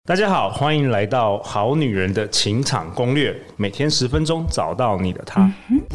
大家好，欢迎来到《好女人的情场攻略》，每天10分钟，找到你的他。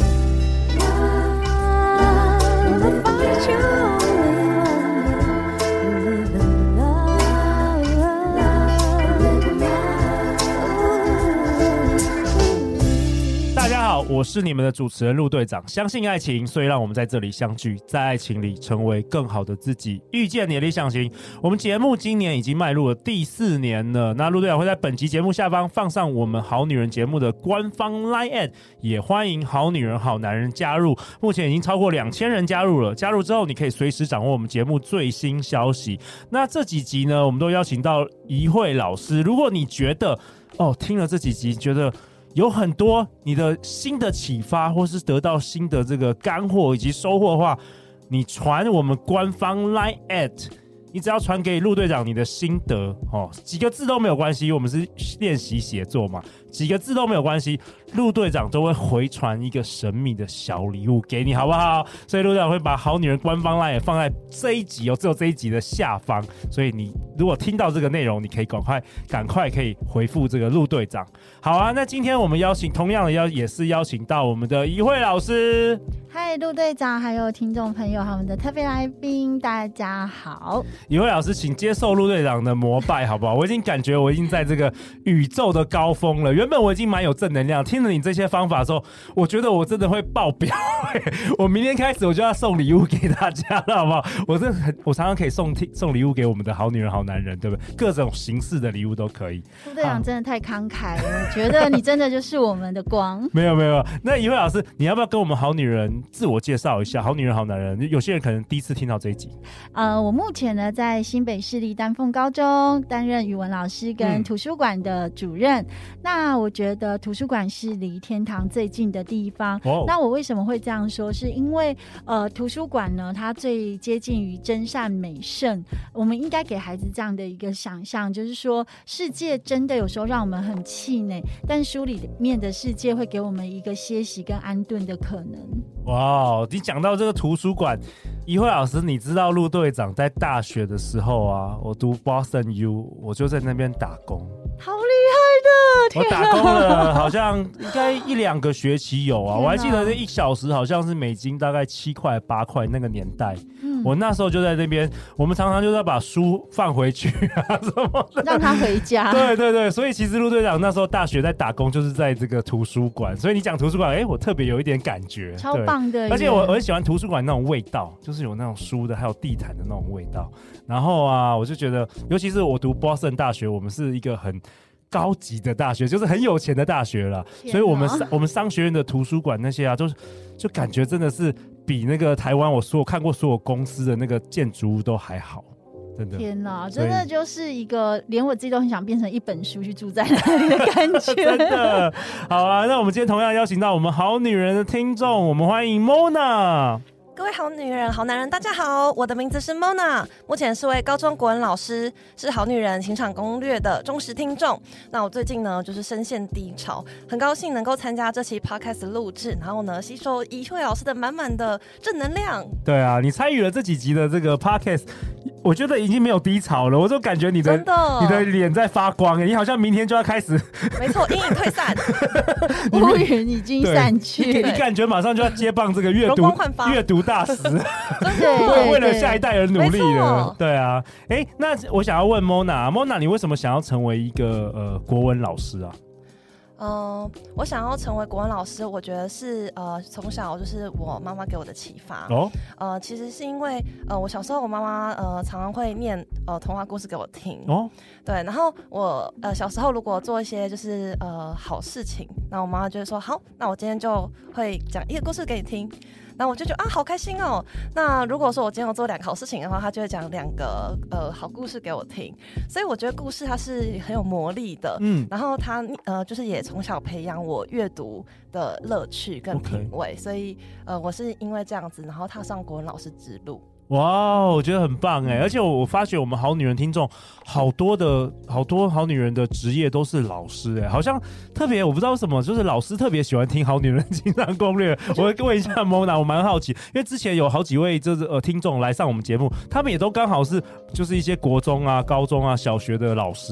大家好，我是你们的主持人陆队长。相信爱情，所以让我们在这里相聚，在爱情里成为更好的自己，遇见你的理想型。我们节目今年已经迈入了第4年了。那陆队长会在本集节目下方放上我们好女人节目的官方 LINE@， 也欢迎好女人好男人加入。目前已经超过2000人加入了。加入之后，你可以随时掌握我们节目最新消息。那这几集呢，我们都邀请到怡慧老师。如果你觉得听了这几集，觉得有很多你的新的启发，或是得到新的这个干货以及收获的话，你传我们官方 LINE@， 你只要传给陆队长你的心得几个字都没有关系，我们是练习写作嘛，几个字都没有关系，陆队长都会回传一个神秘的小礼物给你，好不好？所以陆队长会把好女人官方 LINE 放在这一集只有这一集的下方，所以你如果听到这个内容，你可以赶快可以回复这个陆队长。好啊，那今天我们同样的也是邀请到我们的怡慧老师。 嗨，陆队长，还有听众朋友，他们的特别来宾，大家好。 怡慧老师，请接受陆队长的膜拜，好不好？我已经感觉我已经在这个宇宙的高峰了。原本我已经蛮有正能量，听了你这些方法之后，我觉得我真的会爆表。我明天开始我就要送礼物给大家了，好不好？我常常可以送礼物给我们的好女人、好男人，对不对？各种形式的礼物都可以。 陆队长真的太慷慨了，我觉得你真的就是我们的光。 没有，那怡慧老师，你要不要跟我们好女人自我介绍一下？好女人、好男人，有些人可能第一次听到这一集。 我目前呢在新北市立丹凤高中担任语文老师跟图书馆的主任。那我觉得图书馆是离天堂最近的地方。那我为什么会这样说？是因为图书馆呢，它最接近于真善美圣。我们应该给孩子这样的一个想象，就是说世界真的有时候让我们很气馁，但书里面的世界会给我们一个歇息跟安顿的可能。 哇，你讲到这个图书馆，怡慧老师，你知道陆队长在大学的时候啊，我读 Boston U， 我就在那边打工。 好厉害的！ 我打工了，好像应该1-2个学期有啊。我还记得那1小时好像是美金大概7块8块那个年代。我那时候就在那边，我们常常就要把书放回去啊什么的， 让他回家。 对，所以其实陆队长那时候大学在打工就是在这个图书馆，所以你讲图书馆，我特别有一点感觉， 超棒的。 而且我很喜欢图书馆那种味道，就是有那种书的还有地毯的那种味道。然后啊，我就觉得，尤其是我读 Boston 大学，我们是一个很高级的大学，就是很有钱的大学了，所以我们商学院的图书馆那些啊，就感觉真的是比那个台湾我看过所有公司的那个建筑物都还好，真的。 天哪，真的就是一个连我自己都很想变成一本书去住在那里的感觉。 真的。好啊，那我们今天同样邀请到我们好女人的听众，我们欢迎 Mona。 各位好女人、好男人，大家好，我的名字是 Mona， 目前是位高中国文老师，是好女人情场攻略的忠实听众。那我最近呢，就是深陷低潮，很高兴能够参加这期 podcast 录制，然后呢，吸收怡慧老师的满满的正能量。 对啊，你参与了这几集的这个 podcast， 我觉得已经没有低潮了，我就感觉你的脸在发光，你好像明天就要开始。 没错，阴影退散， 乌云已经散去， 你感觉马上就要接棒这个阅读大使，为了下一代而努力了。对啊，那我想要问 Mona， 你为什么想要成为一个国文老师啊？ 我想要成为国文老师，我觉得是从小就是我妈妈给我的启发。其实是因为我小时候我妈妈常常会念童话故事给我听。对，然后我小时候如果做一些就是好事情，那我妈妈就会说好，那我今天就会讲一个故事给你听。然后我就觉得好开心哦。那如果说我今天有做2个好事情的话，他就会讲2个好故事给我听。所以我觉得故事它是很有魔力的。然后它就是也从小培养我阅读的乐趣跟品味。所以我是因为这样子，然后踏上国文老师之路。 哇，我觉得很棒哎！而且我发觉我们好女人听众好多好女人的职业都是老师哎，好像特别我不知道为什么，就是老师特别喜欢听好女人情场攻略。我会问一下 Mona， 我蛮好奇，因为之前有好几位就是听众来上我们节目，他们也都刚好是就是一些国中啊、高中啊、小学的老师。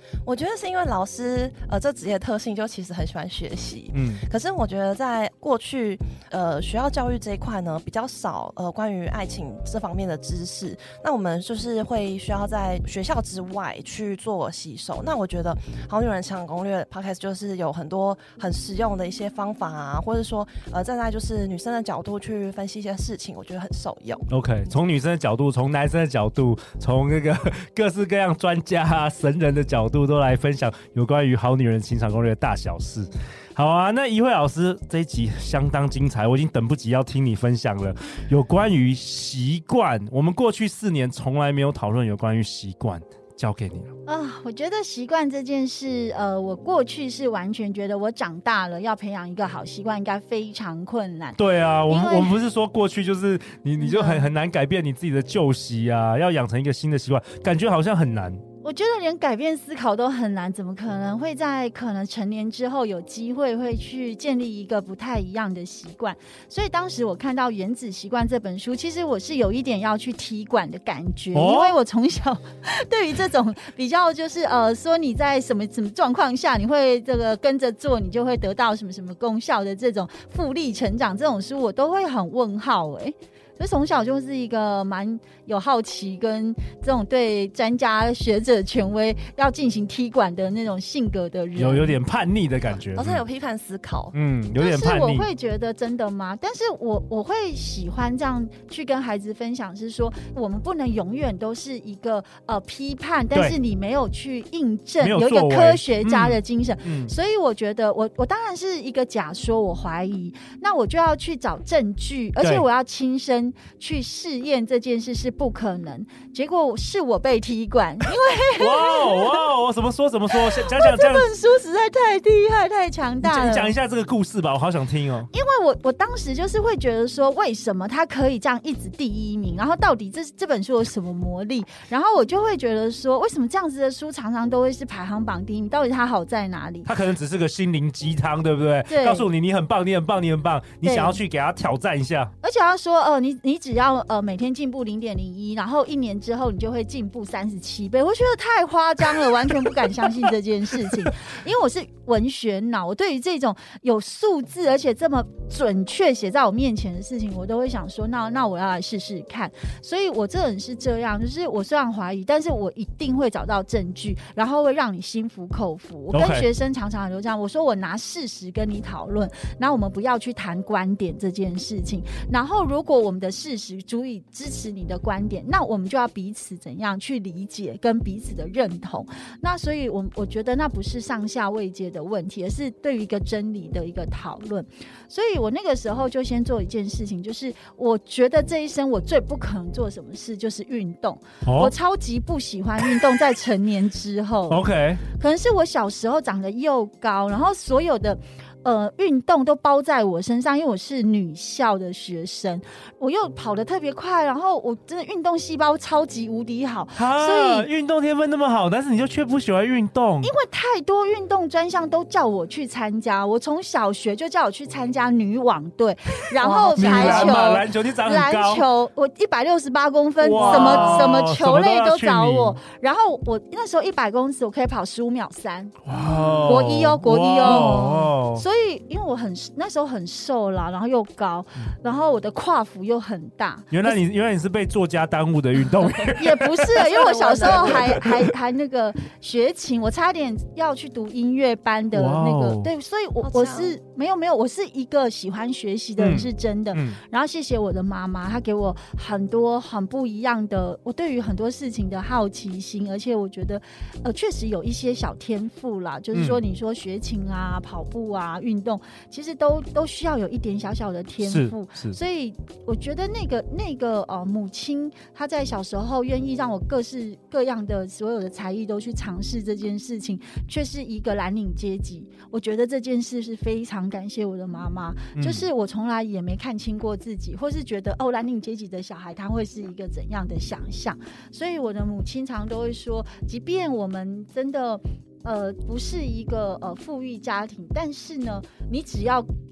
我觉得是因为老师这职业特性就其实很喜欢学习，可是我觉得在过去学校教育这一块呢比较少关于爱情这方面的知识，那我们就是会需要在学校之外去做吸收。那我觉得好女人情场攻略 Podcast 就是有很多很实用的一些方法啊，或者说站在就是女生的角度去分析一些事情，我觉得很受用。 OK， 从女生的角度，从男生的角度，从那个各式各样专家啊神人的角度都来分享有关于好女人情场攻略的大小事。好啊，那怡慧老师这一集相当精彩，我已经等不及要听你分享了。有关于习惯，我们过去4年从来没有讨论有关于习惯，交给你了啊！我觉得习惯这件事，我过去是完全觉得我长大了要培养一个好习惯应该非常困难。 对啊，我们不是说过去就是你就很难改变你自己的旧习啊，要养成一个新的习惯，感觉好像很难。 我觉得连改变思考都很难，怎么可能会在可能成年之后有机会会去建立一个不太一样的习惯？所以当时我看到《原子习惯》这本书，其实我是有一点要去踢馆的感觉，因为我从小对于这种比较就是说你在什么状况下你会这个跟着做，你就会得到什么什么功效的这种复利成长这种书，我都会很问号所以从小就是一个蛮有好奇跟这种对专家学者权威要进行踢馆的那种性格的人， 有点叛逆的感觉， 好像有批判思考， 有点叛逆。 但是我会觉得真的吗？但是我会喜欢这样去跟孩子分享，是说我们不能永远都是一个批判，但是你没有去印证，有一个科学家的精神。所以我觉得我当然是一个假说，我怀疑，那我就要去找证据，而且我要亲身去试验这件事是不可能，结果是我被踢馆，因为哇，怎么说？讲这本书实在太厉害、太强大了。 你讲一下这个故事吧，我好想听哦。 因为我当时就是会觉得说，为什么他可以这样一直第一名？然后到底这本书有什么魔力？然后我就会觉得说，为什么这样子的书常常都会是排行榜第一名？到底它好在哪里？ 它可能只是个心灵鸡汤，对不对？ 对， 告诉你很棒，你很棒，你想要去给他挑战一下。 而且他说，你只要每天进步0.01，然后1年之后你就会进步37倍。我觉得太夸张了，完全不敢相信这件事情。因为我是文学脑，我对于这种有数字而且这么准确写在我面前的事情，我都会想说，那我要来试试看。所以我这人是这样，就是我虽然怀疑，但是我一定会找到证据，然后会让你心服口服。我跟学生常常都这样，我说我拿事实跟你讨论，然后我们不要去谈观点这件事情。然后如果我们的事实足以支持你的观点，那我们就要彼此怎样去理解跟彼此的认同。那所以我觉得那不是上下位阶的问题，而是对于一个真理的一个讨论。所以我那个时候就先做一件事情，就是我觉得这一生我最不可能做什么事就是运动。我超级不喜欢运动，在成年之后 OK， 可能是我小时候长得又高，然后所有的运动都包在我身上，因为我是女校的学生，我又跑得特别快，然后我真的运动细胞超级无敌好，所以运动天分那么好，但是你就却不喜欢运动， 因为太多运动专项都叫我去参加。我从小学就叫我去参加女网队，然后排球、 篮球，你长很高， 篮球我168公分，什么球类都找我。然后我那时候100公尺我可以跑15秒3，国一哦。所以因为我那时候很瘦啦，然后又高，然后我的胯幅又很大。 原来你是被作家耽误的运动员也不是，因为我小时候还那个学琴，我差点要去读音乐班的那个，对，所以我是没有，我是一个喜欢学习的人，是真的。然后谢谢我的妈妈，她给我很多很不一样的，我对于很多事情的好奇心，而且我觉得确实有一些小天赋啦，就是说你说学琴啊、跑步啊、运动，其实都需要有一点小小的天赋。所以我觉得那个母亲她在小时候愿意让我各式各样的所有的才艺都去尝试这件事情，却是一个蓝领阶级。我觉得这件事是非常感谢我的妈妈，就是我从来也没看清过自己，或是觉得蓝领阶级的小孩他会是一个怎样的想象。所以我的母亲常都会说，即便我们真的不是一个富裕家庭，但是呢，你只要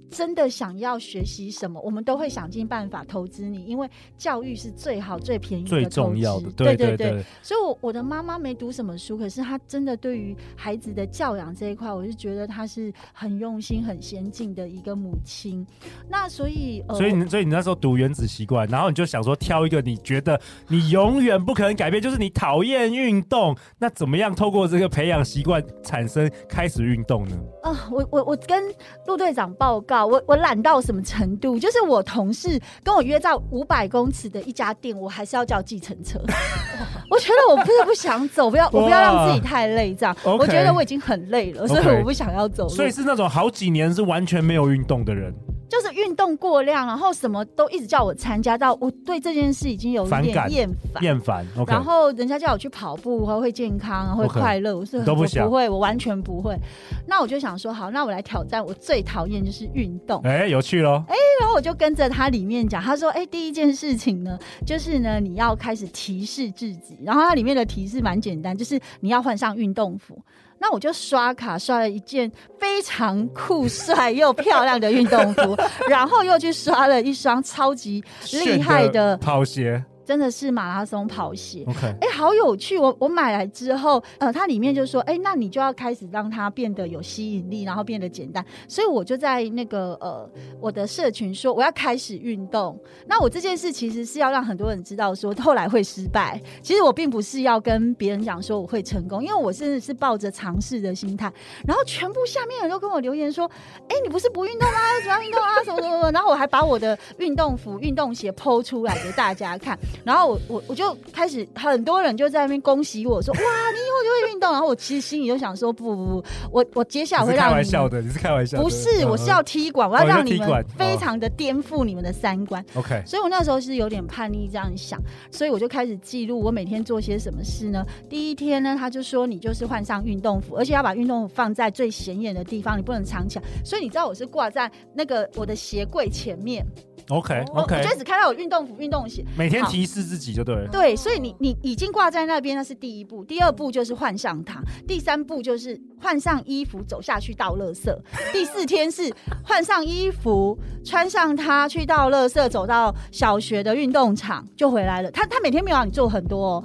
真的想要学习什么，我们都会想尽办法投资你，因为教育是最好最便宜的投资， 最重要的。 对对对。所以我的妈妈没读什么书，可是她真的对于孩子的教养这一块，我就觉得她是很用心很先进的一个母亲。那所以你那时候读原子习惯，然后你就想说挑一个你觉得你永远不可能改变，就是你讨厌运动，那怎么样透过这个培养习惯产生开始运动呢？ 我跟陆队长报告，我懒到什么程度？就是我同事跟我约在500公尺的一家店，我还是要叫计程车。我觉得我不想走，我不要让自己太累，这样。我觉得我已经很累了，所以我不想要走路。 所以是那种好几年是完全没有运动的人。 就是运动过量，然后什么都一直叫我参加，到我对这件事已经有一点厌烦。 Okay. 然后人家叫我去跑步，会健康，会快乐，我说都不想， 我不会，我完全不会。那我就想说，好，那我来挑战我最讨厌就是运动。 有趣咯。 然后我就跟着他里面讲，他说，第一件事情呢，就是呢你要开始提示自己，然后它里面的提示蛮简单，就是你要换上运动服。那我就刷卡刷了一件非常酷帅又漂亮的运动服，然后又去刷了一双超级厉害的跑鞋， 真的是马拉松跑鞋。 OK， 好有趣！我买来之后，它里面就说，那你就要开始让它变得有吸引力，然后变得简单。所以我就在那个我的社群说，我要开始运动。那我这件事其实是要让很多人知道说，后来会失败。其实我并不是要跟别人讲说我会成功，因为我真的是抱着尝试的心态。然后全部下面人都跟我留言说，你不是不运动吗？怎么样运动啊？什么什么？然后我还把我的运动服、运动鞋 po 出来给大家看。然后我就开始，很多人就在那边恭喜我说，哇，你以后就会运动。然后我其实心里就想说，不，我接下来会让你们， 你是开玩笑的， 不是，我是要踢馆，我要让你们非常的颠覆你们的三观。 OK， 所以我那时候是有点叛逆这样想，所以我就开始记录我每天做些什么事呢。第一天呢，他就说你就是换上运动服，而且要把运动服放在最显眼的地方，你不能藏起来。所以你知道我是挂在那个我的鞋柜前面。 OK， 我就只看到有运动服、运动鞋， 每天提示自己就对了。 对，所以你已经挂在那边，那是第一步。第二步就是换上它，第三步就是换上衣服走下去倒垃圾。第4天是换上衣服，穿上它去倒垃圾，走到小学的运动场就回来了。他每天没有让你做很多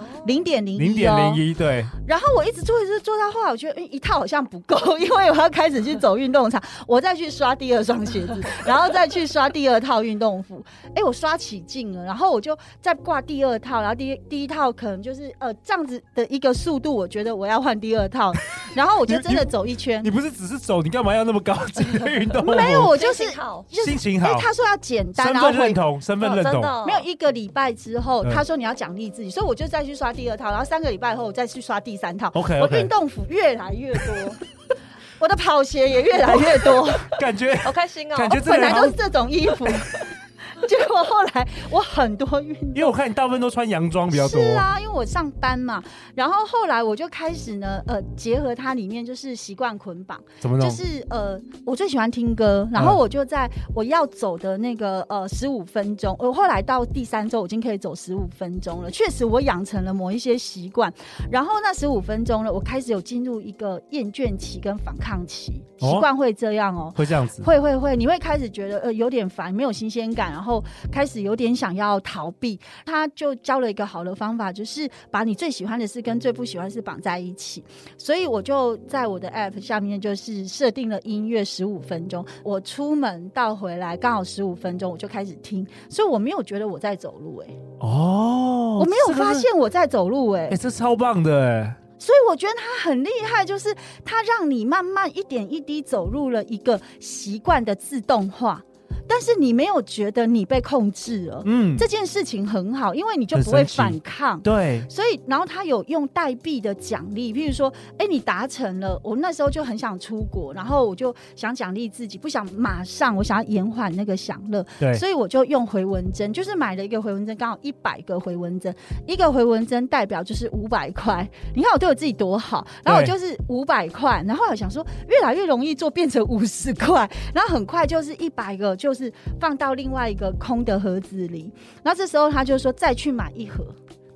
0.01， 对。 然后我一直做到后来，我觉得一套好像不够，因为我要开始去走运动场，我再去刷第2双鞋子，然后再去刷第2套运动服。我刷起劲了，然后我就再挂第2套，然后第一套可能就是这样子的一个速度，我觉得我要换第2套，然后我就真的走一圈。 你不是只是走，你干嘛要那么高级的运动？ 没有，我就是心情好。 他说要简单， 身份认同，身份认同。 没有1个礼拜之后，他说你要奖励自己，所以我就再去刷第2套，然后3个礼拜后我再去刷第3套。 OK， 我运动服越来越多。我的跑鞋也越来越多， 感觉好开心哦！ 感觉本来都是这种衣服。结果后来我很多运动， 因为我看你大部分都穿洋装比较多。 是啊，因为我上班嘛。然后后来我就开始呢，结合它里面就是习惯捆绑。 怎么弄？ 就是我最喜欢听歌，然后我就在我要走的那个15分钟，我后来到第3周我已经可以走15分钟了。确实我养成了某一些习惯，然后那15分钟呢，我开始有进入一个厌倦期跟反抗期。习惯会这样哦， 会这样子， 会，你会开始觉得有点烦，没有新鲜感，然后开始有点想要逃避。他就教了一个好的方法，就是把你最喜欢的事跟最不喜欢的事绑在一起。所以我就在我的 app 下面就是设定了音乐15分钟，我出门到回来刚好15分钟，我就开始听，所以我没有觉得我在走路我没有发现我在走路这超棒的所以我觉得他很厉害，就是他让你慢慢一点一滴走入了一个习惯的自动化，但是你没有觉得你被控制了。这件事情很好，因为你就不会反抗。 对， 所以然后他有用代币的奖励，譬如说你达成了，我那时候就很想出国，然后我就想奖励自己，不想马上，我想要延缓那个享乐。 对， 所以我就用回文针，就是买了一个回文针，刚好100个回文针，一个回文针代表就是500块。你看我对我自己多好，然后我就是500块，然后我想说越来越容易做，变成50块，然后很快就是100个就是放到另外一个空的盒子里。然后这时候他就说再去买1盒，因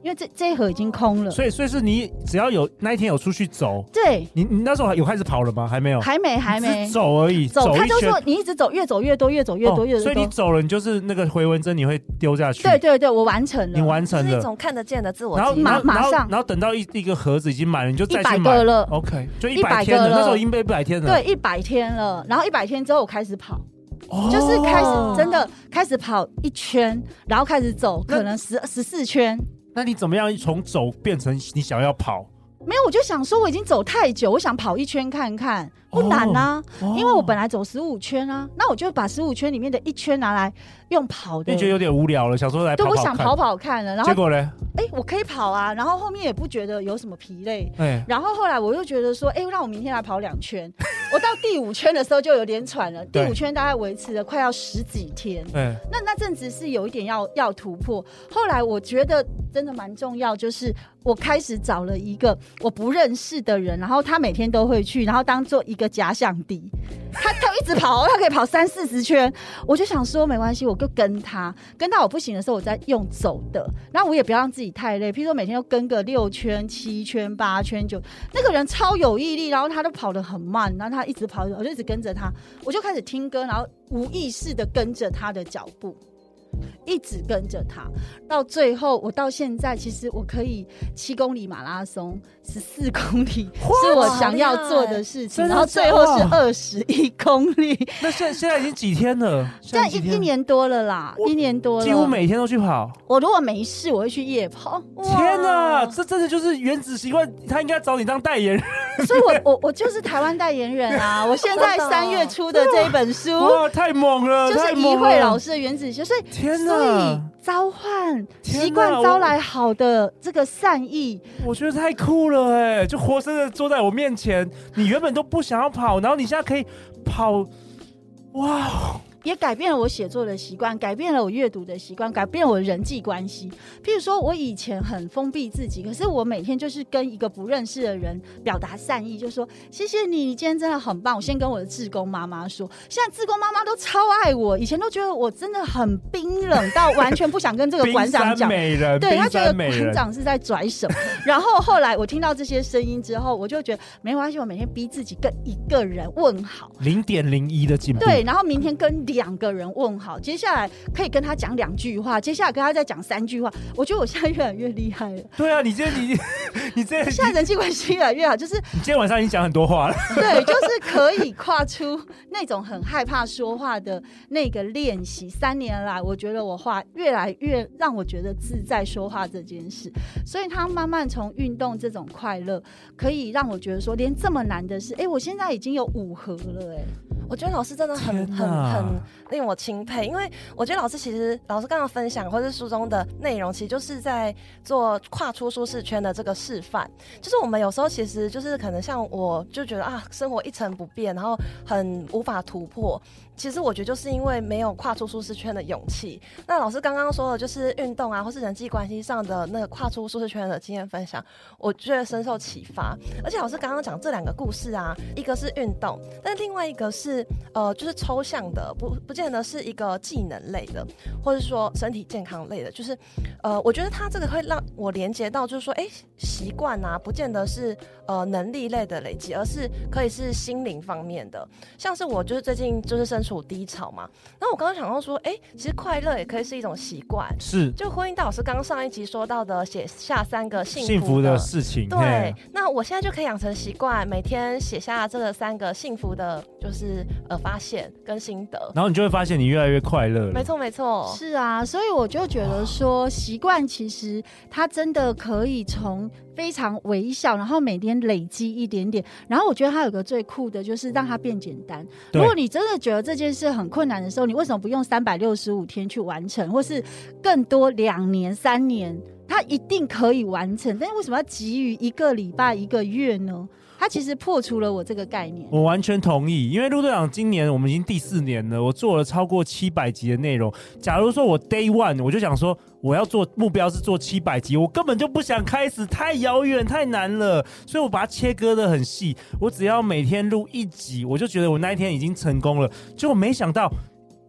因为这一盒已经空了。 所以是你只要有那一天有出去走， 对， 你那时候有开始跑了吗？还没有， 还没走而已。 走，他就说你一直走，越走越多，越走越多，越走越多。 所以你走了，你就是那个回纹针你会丢下去。 对，我完成了， 你完成了， 是一种看得见的自我。 然后马上， 然后等到一个盒子已经满了，你就再去买 100个了。 OK， 就100天了，那时候已经100天了。 对，100天了。然后100天之后我开始跑。就是开始真的开始跑1圈，然后开始走，可能14圈。 那你怎么样从走变成你想要跑？ 没有，我就想说我已经走太久，我想跑1圈看看，不难啊，因为我本来走15圈啊，那我就把15圈里面的1圈拿来用跑的。 你觉得有点无聊了，想说来跑跑看。 对，我想跑跑看了，然后结果呢？ 我可以跑啊，然后后面也不觉得有什么疲累。然后后来我又觉得说，让我明天来跑2圈。我到第5圈的时候就有点喘了，第5圈大概维持了快要10几天。那阵子是有一点要突破。后来我觉得真的蛮重要，就是我开始找了一个我不认识的人，然后他每天都会去，然后当做一个假想敌。他一直跑，他可以跑30-40圈。我就想说没关系，我就跟到我不行的时候，我再用走的。然后我也不要让自己太累，譬如说每天都跟个6圈、7圈、8圈、9。那个人超有毅力，然后他都跑得很慢，然后他一直跑，我就一直跟着他，我就开始听歌，然后无意识的跟着他的脚步。一直跟着他，到最后我到现在，其实我可以7公里马拉松，14公里是我想要做的事情，然后最后是21公里。 那现在已经几天了？ 现在1年多了啦，1年多了， 几乎每天都去跑。 我如果没事，我会去夜跑。 天哪，这真的就是原子习惯，他应该找你当代言人。 所以我就是台湾代言人啊！我现在3月出的这一本书， 哇，太猛了， 就是怡慧老师的原子习惯，所以天哪， 所以召唤习惯招来好的这个善意， 我觉得太酷了就活生生坐在我面前，你原本都不想要跑，然后你现在可以跑，哇！ 也改变了我写作的习惯，改变了我阅读的习惯，改变了我的人际关系。譬如说我以前很封闭自己，可是我每天就是跟一个不认识的人表达善意，就说谢谢你，你今天真的很棒。我先跟我的志工妈妈说，现在志工妈妈都超爱我，以前都觉得我真的很冰冷到完全不想跟这个馆长讲对，他觉得馆长是在拽什么。然后后来我听到这些声音之后，我就觉得没关系，我每天逼自己跟一个人问好 0.01的进步。 对，然后明天跟2个人问好，接下来可以跟他讲2句话，接下来跟他再讲3句话。我觉得我现在越来越厉害了。对啊， 你现在人际关系越来越好，就是你今天晚上已经讲很多话了。 对，就是可以跨出那种很害怕说话的那个练习。3年来，我觉得我话越来越让我觉得自在说话这件事，所以他慢慢从运动这种快乐，可以让我觉得说，连这么难的事，我现在已经有5盒了。 我觉得老师真的很令我钦佩，因为我觉得老师刚刚分享或是书中的内容，其实就是在做跨出舒适圈的这个示范。就是我们有时候其实就是可能像我就觉得生活一成不变，然后很无法突破。其实我觉得就是因为没有跨出舒适圈的勇气。那老师刚刚说的就是运动或是人际关系上的那个跨出舒适圈的经验分享，我觉得深受启发。而且老师刚刚讲这2个故事一个是运动，但另外一个是就是抽象的，不见得是一个技能类的，或者说身体健康类的。就是我觉得它这个会让我连接到，就是说习惯不见得是能力类的累积，而是可以是心灵方面的。像是我就是最近就是身处低潮嘛，那我刚刚想到说其实快乐也可以是一种习惯， 是就呼应到老师刚上一集说到的写下3个幸福的事情。 对，那我现在就可以养成习惯，每天写下这个3个幸福的就是发现跟心得， 然后你就会发现你越来越快乐了。 没错没错， 是啊，所以我就觉得说习惯其实它真的可以从非常微小，然后每天累积一点点，然后我觉得它有个最酷的就是让它变简单。如果你真的觉得这件事很困难的时候，你为什么不用365天去完成，或是更多2年3年，它一定可以完成，但是为什么要急于1个礼拜1个月呢？他其实破除了我这个概念。 我完全同意，因为陆队长今年我们已经第4年了，我做了超过700集的内容。假如说我 Day One 我就想说我要做目标是做700集，我根本就不想开始，太遥远太难了，所以我把它切割得很细，我只要每天录1集，我就觉得我那一天已经成功了。结果没想到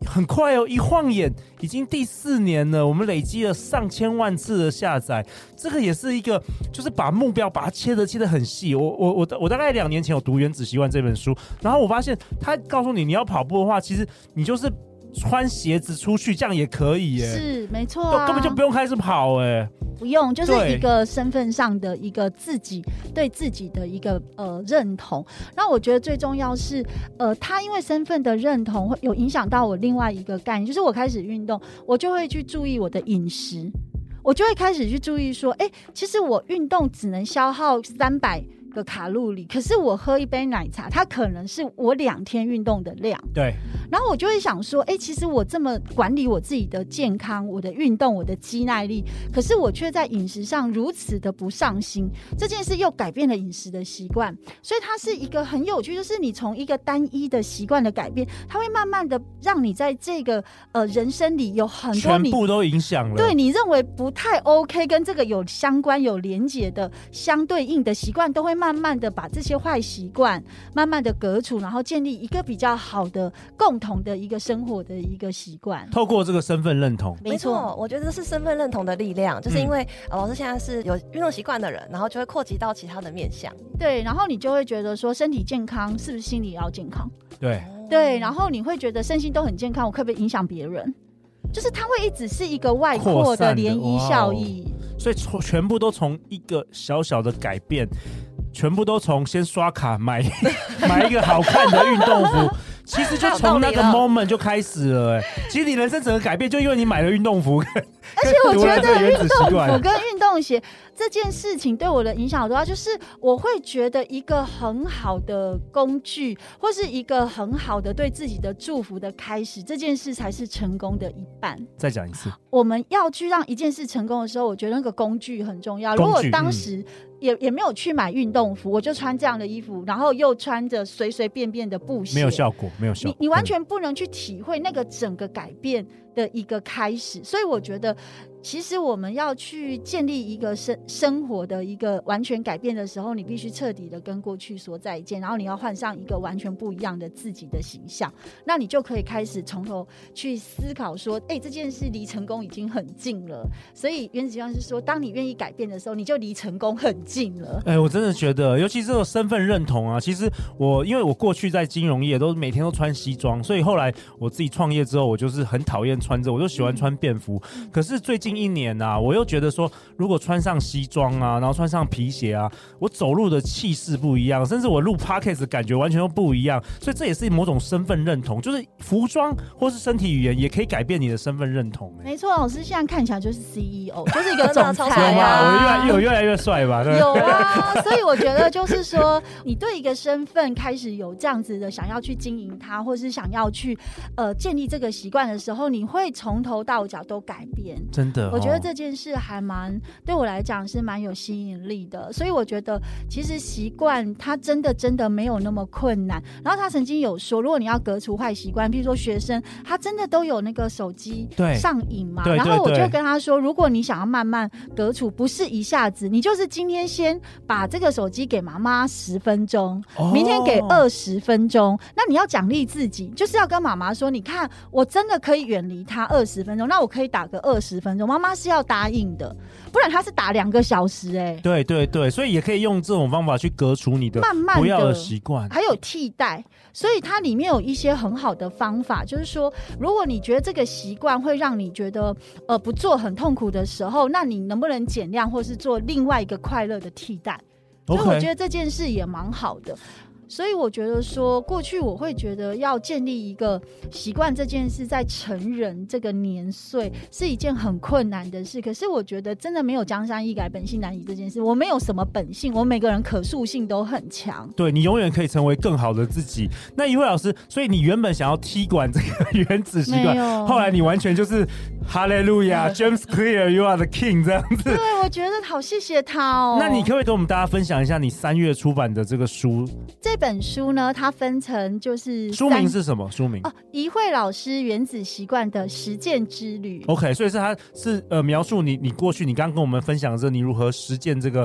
很快哦，一晃眼已经第4年了，我们累积了上千万次的下载，这个也是一个，就是把目标把它切得很细。我大概2年前有读《原子习惯》这本书，然后我发现他告诉你要跑步的话，其实你就是穿鞋子出去，这样也可以耶。 是没错啊， 根本就不用开始跑耶。 不用，就是一个身份上的一个自己对自己的一个认同。那我觉得最重要是他因为身份的认同会有影响到我另外一个概念，就是我开始运动，我就会去注意我的饮食，我就会开始去注意说，其实我运动只能消耗300个卡路里，可是我喝一杯奶茶，它可能是我2天运动的量。 对。 然后我就会想说，其实我这么管理我自己的健康、我的运动、我的肌耐力，可是我却在饮食上如此的不上心。这件事又改变了饮食的习惯，所以它是一个很有趣，就是你从一个单一的习惯的改变，它会慢慢的让你在这个人生里有很多全部都影响了。 对，你认为不太 OK， 跟这个有相关、有连结的相对应的习惯，都会慢慢的把这些坏习惯慢慢的革除，然后建立一个比较好的共同的一个生活的一个习惯。 透过这个身份认同， 没错，我觉得这是身份认同的力量，就是因为老师现在是有运动习惯的人，然后就会扩及到其他的面向。 对，然后你就会觉得说，身体健康是不是心理也要健康？ 对， 然后你会觉得身心都很健康，我可不可以影响别人？就是它会一直是一个外扩的涟漪效益， 所以全部都从一个小小的改变，全部都从先刷卡买一个好看的运动服，其实就从那个 moment 就开始了。其实你人生整个改变，就因为你买了运动服， 而且我觉得运动服跟运动鞋这件事情对我的影响多大，就是我会觉得一个很好的工具，或是一个很好的对自己的祝福的开始，这件事才是成功的一半。 再讲一次， 我们要去让一件事成功的时候，我觉得那个工具很重要。如果当时也没有去买运动服，我就穿这样的衣服，然后又穿着随随便便的布鞋， 没有效果，没有效果。 你完全不能去体会那个整个改变的一个开始。所以我觉得其实我们要去建立一个生活的一个完全改变的时候，你必须彻底的跟过去说再见，然后你要换上一个完全不一样的自己的形象，那你就可以开始从头去思考说，这件事离成功已经很近了。所以原子习惯是说，当你愿意改变的时候，你就离成功很近了。 我真的觉得，尤其是这种身份认同啊，其实因为我过去在金融业都每天都穿西装，所以后来我自己创业之后，我就是很讨厌穿着，我就喜欢穿便服。可是最近1年啊，我又觉得说，如果穿上西装啊，然后穿上皮鞋啊，我走路的气势不一样，甚至我录 podcast 的感觉完全都不一样。所以这也是某种身份认同，就是服装或是身体语言也可以改变你的身份认同。 没错，老师现在看起来就是 CEO， 就是一个总裁啊。我越来越帅吧？ 有啊，所以我觉得就是说，你对一个身份开始有这样子的想要去经营它，或是想要去建立这个习惯的时候，你会从头到脚都改变。 真的， 我觉得这件事还对我来讲是蛮有吸引力的。所以我觉得其实习惯它真的没有那么困难。然后他曾经有说，如果你要革除坏习惯，比如说学生他真的都有那个手机上瘾嘛，然后我就跟他说，如果你想要慢慢革除，不是一下子，你就是今天先把这个手机给妈妈10分钟，明天给20分钟，那你要奖励自己，就是要跟妈妈说，你看我真的可以远离他20分钟，那我可以打个20分钟，妈妈是要答应的，不然他是打2个小时。 对，所以也可以用这种方法去革除你的不要的习惯， 还有替代。所以它里面有一些很好的方法，就是说如果你觉得这个习惯会让你觉得不做很痛苦的时候，那你能不能减量，或是做另外一个快乐的替代。所以我觉得这件事也蛮好的。所以我觉得说，过去我会觉得要建立一个习惯这件事，在成人这个年岁是一件很困难的事。可是我觉得真的没有江山易改，本性难移这件事。我没有什么本性，我每个人可塑性都很强。 对，你永远可以成为更好的自己。那一位老师，所以你原本想要踢馆这个原子习惯，后来你完全就是哈利路亚 ，James Clear you are the king 这样子。 对，我觉得好谢谢他哦。 那你可不可以跟我们大家分享一下你3月出版的这个书？ 这本书呢，它分成就是书名是什么？书名怡慧老师原子习惯的实践之旅。 OK， 所以它是描述你过去你刚刚跟我们分享的你如何实践这个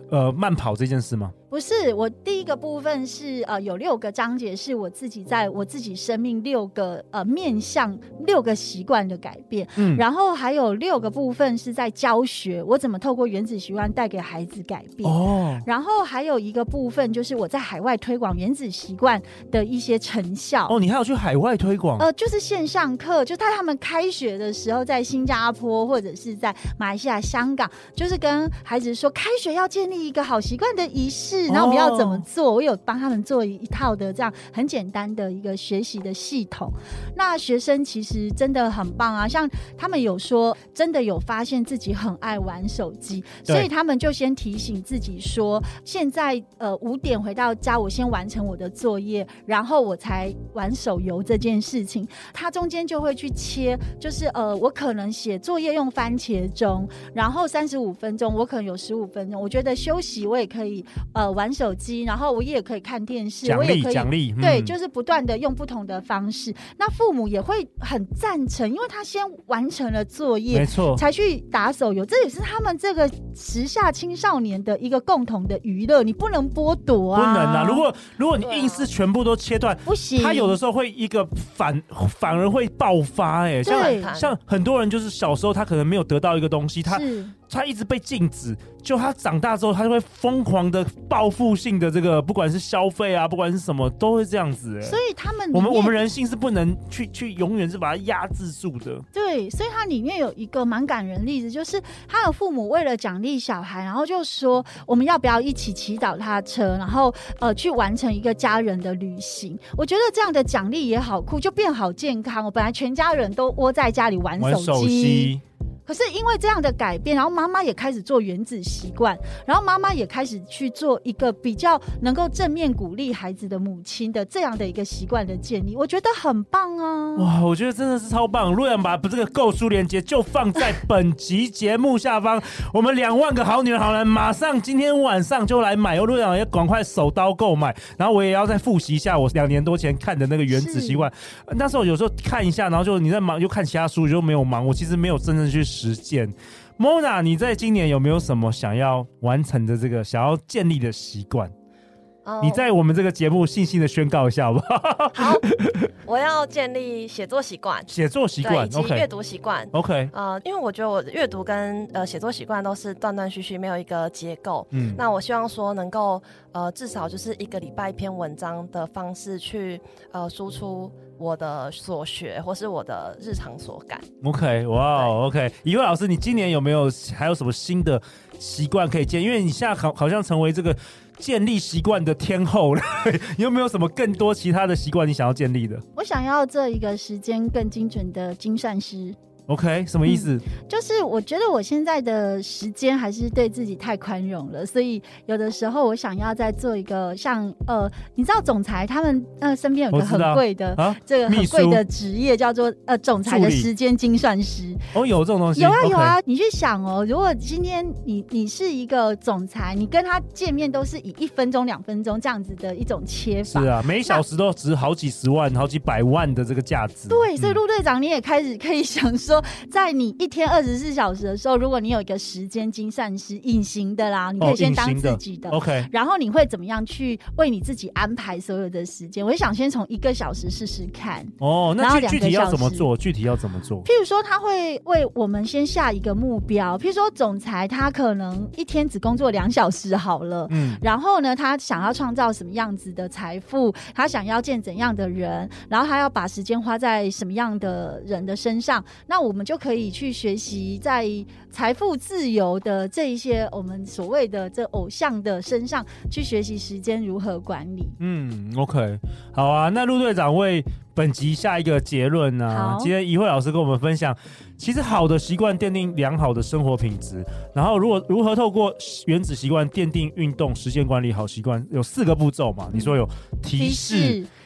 慢跑这件事吗？ 不是，我第一个部分是有6个章节是我自己在我自己生命6个面向6个习惯的改变，然后还有6个部分是在教学我怎么透过原子习惯带给孩子改变，然后还有一个部分就是我在海外推广原子习惯的一些成效。 你还有去海外推广？ 就是线上课，就在他们开学的时候，在新加坡或者是在马来西亚、香港，就是跟孩子说开学要建立一个好习惯的仪式，然后我们要怎么做，我有帮他们做一套的这样很简单的一个学习的系统。那学生其实真的很棒啊，像他们有说真的有发现自己很爱玩手机，所以他们就先提醒自己说，现在5点回到家，我先完成我的作业，然后我才玩手游这件事情。他中间就会去切，就是我可能写作业用番茄钟，然后35分钟，我可能有15分钟，我觉得休息我也可以玩手机，然后我也可以看电视，我也可以奖励， 对，就是不断的用不同的方式。那父母也会很赞成，因为他先完成了作业， 没错， 才去打手游，这也是他们这个时下青少年的一个共同的娱乐，你不能剥夺啊！ 不能啊！如果你硬是全部都切断， 不行， 他有的时候会一个反而会爆发，像很多人就是小时候他可能没有得到一个东西，他一直被禁止，就他长大之后他就会疯狂的报复性的这个，不管是消费啊，不管是什么，都会这样子。 所以他们我们人性是不能去永远是把它压制住的。 对，所以它里面有一个蛮感人例子，就是他的父母为了奖励小孩，然后就说我们要不要一起骑脚踏车，然后去完成一个家人的旅行。我觉得这样的奖励也好酷，就变好健康。我本来全家人都窝在家里玩手机。可是因为这样的改变，然后妈妈也开始做原子习惯，然后妈妈也开始去做一个比较能够正面鼓励孩子的母亲的这样的一个习惯的建立，我觉得很棒啊！ 哇，我觉得真的是超棒。陆阳把这个购书链接就放在本集节目下方，我们2万个好女人好男马上今天晚上就来买，陆阳也赶快手刀购买，然后我也要再复习一下我2年多前看的那个原子习惯。那时候有时候看一下，然后就你在忙就看其他书就没有忙，我其实没有真正去实践。Mona， 你在今年有没有什么想要完成的这个想要建立的习惯？你在我们这个节目信心的宣告一下好不好？ 好，我要建立写作习惯， 写作习惯以及阅读习惯。 OK， 因为我觉得我阅读跟写作习惯都是断断续续，没有一个结构。那我希望说能够至少就是1个礼拜1篇文章的方式去输出我的所学或是我的日常所感。 OK， 哇 ，OK， 怡慧老师，你今年还有什么新的习惯可以建？因为你现在好像成为这个建立习惯的天后了，你有没有什么更多其他的习惯你想要建立的？ 我想要这一个时间更精准的精算师。 OK， 什么意思？ 就是我觉得我现在的时间还是对自己太宽容了，所以有的时候我想要再做一个像你知道总裁他们身边有个很贵的这个很贵的职业叫做总裁的时间精算师。 有这种东西？ 有啊有啊，你去想如果今天你是一个总裁，你跟他见面都是以1分钟2分钟这样子的一种切法， 是啊，每小时都值好几十万好几百万的这个价值。 对，所以陆队长你也开始可以想说，在你1天24小时的时候，如果你有一个时间精算师，隐形的啦，你可以先当自己的 OK， 然后你会怎么样去为你自己安排所有的时间？我想先从1个小时试试看。 那具体要怎么做？具体要怎么做？ 譬如说他会为我们先下一个目标，譬如说总裁他可能1天只工作2小时好了，然后呢他想要创造什么样子的财富，他想要见怎样的人，然后他要把时间花在什么样的人的身上，那我们就可以去学习在财富自由的这一些我们所谓的这偶像的身上去学习时间如何管理。 OK， 好啊。那陆队长为本集下一个结论呢？今天怡慧老师跟我们分享，其实好的习惯奠定良好的生活品质，然后如何透过原子习惯奠定运动、时间管理好习惯，有4个步骤嘛？你说有提示、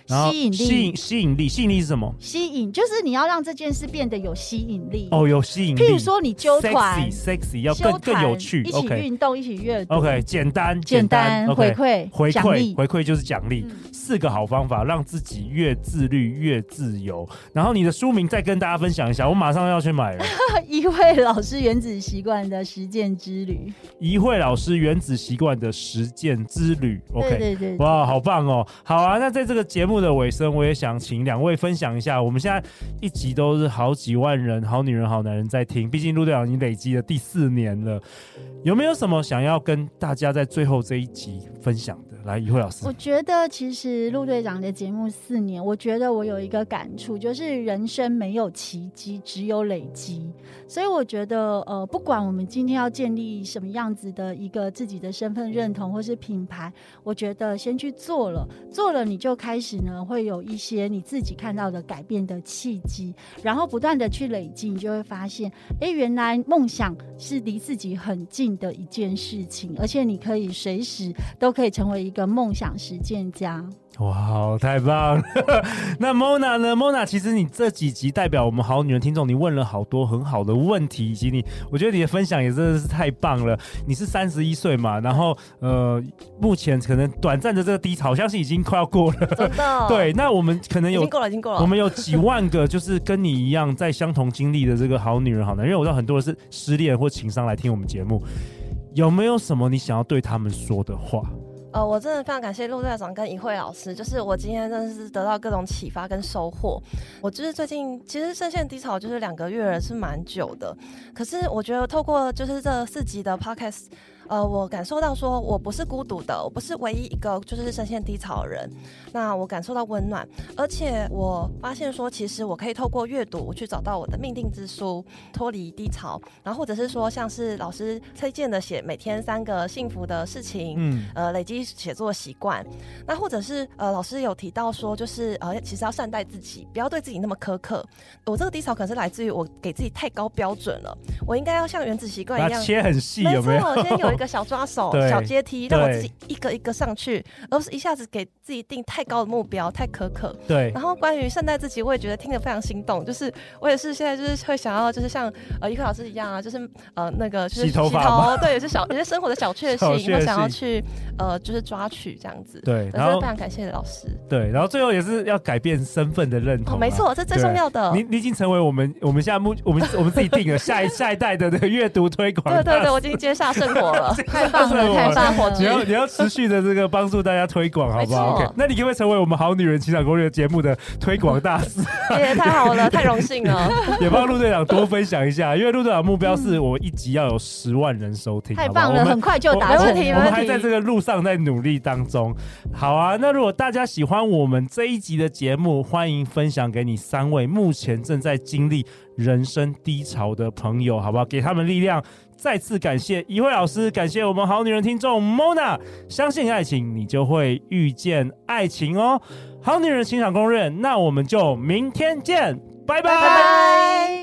吸引力是什么？ 吸引就是你要让这件事变得有吸引力有吸引力。 譬如说你揪团 sexy 要更有趣， 一起运动，一起阅读。 OK， 简单回馈就是奖励。4个好方法让自己越自律越自由。然后你的书名再跟大家分享一下，我马上要去买了。 怡慧老师原子习惯的实践之旅。 怡慧老师原子习惯的实践之旅。OK， 对， 哇，好棒哦！好啊，那在这个节目的尾声，我也想请2位分享一下。我们现在一集都是好几万人，好女人好男人在听，毕竟陆队长已经累积了第4年了。有没有什么想要跟大家在最后这一集分享的？来，怡慧老师。 我觉得其实陆队长的节目4年，我觉得我有一个感触，就是人生没有奇迹，只有累积。所以我觉得不管我们今天要建立什么样子的一个自己的身份认同或是品牌，我觉得先去做了你就开始呢会有一些你自己看到的改变的契机，然后不断的去累积，你就会发现原来梦想是离自己很近的一件事情，而且你可以随时都可以成为一个梦想实践家。 哇，太棒了！那 Mona 呢 ？Mona， 其实你这几集代表我们好女人听众，你问了好多很好的问题，以及我觉得你的分享也真的是太棒了。你是31岁嘛，然后目前可能短暂的这个低潮，相信已经快要过了。 真的。 对，那我们可能已经过了。 我们有几万个就是跟你一样在相同经历的这个好女人好男人，因为我知道很多人是失恋或情伤来听我们节目，有没有什么你想要对他们说的话？ 我真的非常感谢陆队长跟怡慧老师，就是我今天真的是得到各种启发跟收获。我就是最近其实深陷低潮就是2个月了，是蛮久的，可是我觉得透过就是这4集的 podcast，我感受到说我不是孤独的，我不是唯一一个就是深陷低潮的人。那我感受到温暖，而且我发现说其实我可以透过阅读去找到我的命定之书，脱离低潮，然后或者是说像是老师推荐的写每天3个幸福的事情，累积写作习惯。那或者是老师有提到说就是其实要善待自己，不要对自己那么苛刻。我这个低潮可能是来自于我给自己太高标准了，我应该要像原子习惯一样切很细，有没有？ 先有一个小抓手小阶梯，让我自己一个一个上去，而不是一下子给自己定太高的目标，太苛刻。 对。 然后关于善待自己，我也觉得听得非常心动，就是我也是现在就是会想要就是像怡慧老师一样啊，就是那个就是洗头， 对，有些生活的小确幸，会想要去就是抓取这样子。 对， 然后非常感谢老师。 对，然后最后也是要改变身份的认同。 没错，这最重要的。 你已经成为我们现在我们自己定了下一代的那个阅读推广。 对，我已经接下圣火了。 太棒了，太棒了！ 你要持续的这个帮助大家推广，好不好 ？OK， 那你可不可以成为我们好女人情场攻略节目的推广大使？ 太好了，太荣幸了！ 也帮陆队长多分享一下，因为陆队长目标是我一集要有10万人收听， 太棒了，很快就达成。 没问题， 我们还在这个路上在努力当中。好啊，那如果大家喜欢我们这一集的节目，欢迎分享给你3位目前正在经历人生低潮的朋友，好不好？给他们力量。再次感谢怡慧老师，感谢我们好女人听众 Mona。相信爱情，你就会遇见爱情哦。好女人情场攻略，那我们就明天见，拜拜。